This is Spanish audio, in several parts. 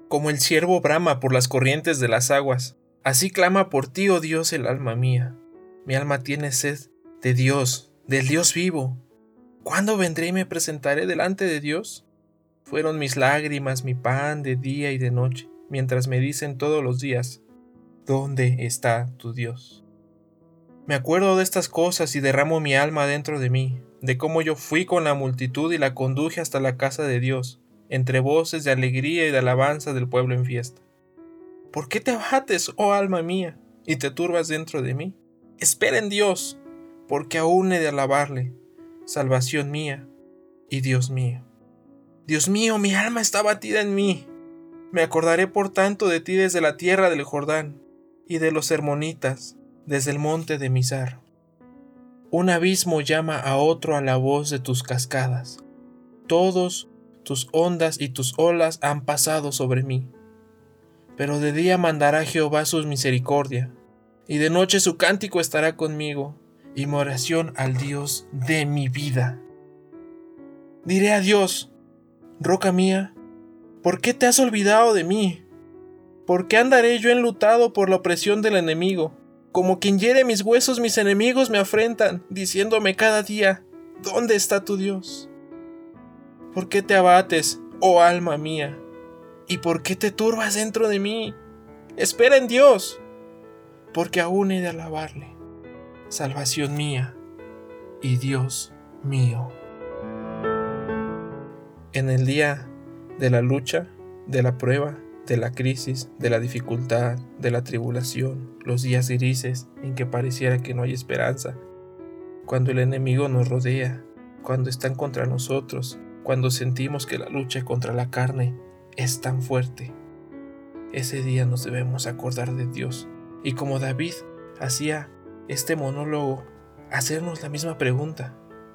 Como el ciervo brama por las corrientes de las aguas, así clama por ti, oh Dios, el alma mía. Mi alma tiene sed de Dios, del Dios vivo. ¿Cuándo vendré y me presentaré delante de Dios? Fueron mis lágrimas mi pan de día y de noche, mientras me dicen todos los días, ¿dónde está tu Dios? Me acuerdo de estas cosas y derramo mi alma dentro de mí, de cómo yo fui con la multitud y la conduje hasta la casa de Dios, entre voces de alegría y de alabanza del pueblo en fiesta. ¿Por qué te abates, oh alma mía, y te turbas dentro de mí? Espera en Dios, porque aún he de alabarle, salvación mía y Dios mío. Dios mío, mi alma está batida en mí. Me acordaré por tanto de ti desde la tierra del Jordán, y de los hermonitas, desde el monte de Mizar. Un abismo llama a otro a la voz de tus cascadas. Todos tus ondas y tus olas han pasado sobre mí. Pero de día mandará Jehová su misericordia, y de noche su cántico estará conmigo, y mi oración al Dios de mi vida. Diré a Dios, roca mía, ¿por qué te has olvidado de mí? ¿Por qué andaré yo enlutado por la opresión del enemigo? Como quien hiere mis huesos, mis enemigos me afrentan, diciéndome cada día, ¿dónde está tu Dios? ¿Por qué te abates, oh alma mía? ¿Y por qué te turbas dentro de mí? Espera en Dios, porque aún he de alabarle, salvación mía y Dios mío. En el día de la lucha, de la prueba, de la crisis, de la dificultad, de la tribulación, los días grises en que pareciera que no hay esperanza, cuando el enemigo nos rodea, cuando están contra nosotros, cuando sentimos que la lucha contra la carne es tan fuerte, ese día nos debemos acordar de Dios y como David hacía este monólogo, hacernos la misma pregunta.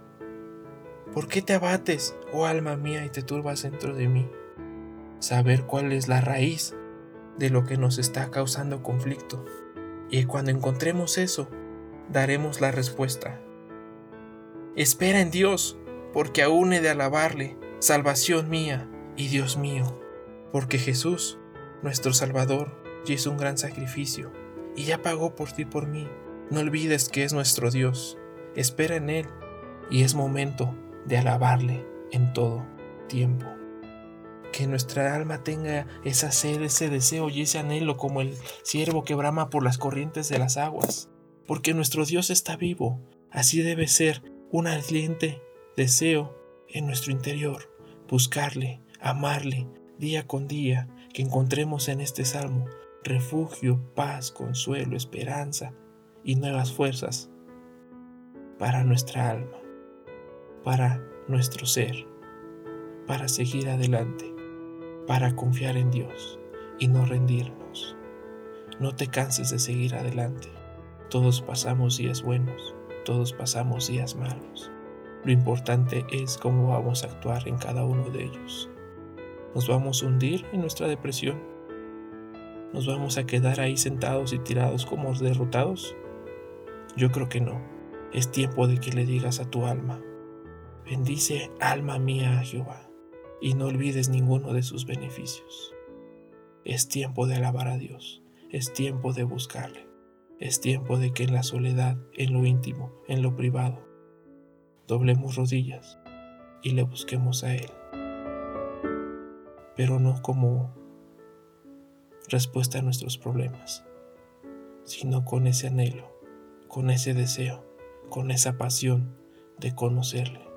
¿Por qué te abates, oh alma mía, y te turbas dentro de mí? Saber cuál es la raíz de lo que nos está causando conflicto. Y cuando encontremos eso, daremos la respuesta. Espera en Dios, porque aún he de alabarle, salvación mía y Dios mío. Porque Jesús, nuestro Salvador, ya hizo un gran sacrificio y ya pagó por ti y por mí. No olvides que es nuestro Dios. Espera en Él y es momento de alabarle en todo tiempo. Que nuestra alma tenga esa sed, ese deseo y ese anhelo como el ciervo que brama por las corrientes de las aguas. Porque nuestro Dios está vivo. Así debe ser un ardiente deseo en nuestro interior. Buscarle, amarle, día con día, que encontremos en este salmo refugio, paz, consuelo, esperanza y nuevas fuerzas para nuestra alma, para nuestro ser, para seguir adelante, para confiar en Dios y no rendirnos. No te canses de seguir adelante. Todos pasamos días buenos, todos pasamos días malos. Lo importante es cómo vamos a actuar en cada uno de ellos. ¿Nos vamos a hundir en nuestra depresión? ¿Nos vamos a quedar ahí sentados y tirados como derrotados? Yo creo que no. Es tiempo de que le digas a tu alma, bendice alma mía a Jehová, y no olvides ninguno de sus beneficios. Es tiempo de alabar a Dios, es tiempo de buscarle, es tiempo de que en la soledad, en lo íntimo, en lo privado, doblemos rodillas y le busquemos a Él. Pero no como respuesta a nuestros problemas, sino con ese anhelo, con ese deseo, con esa pasión de conocerle.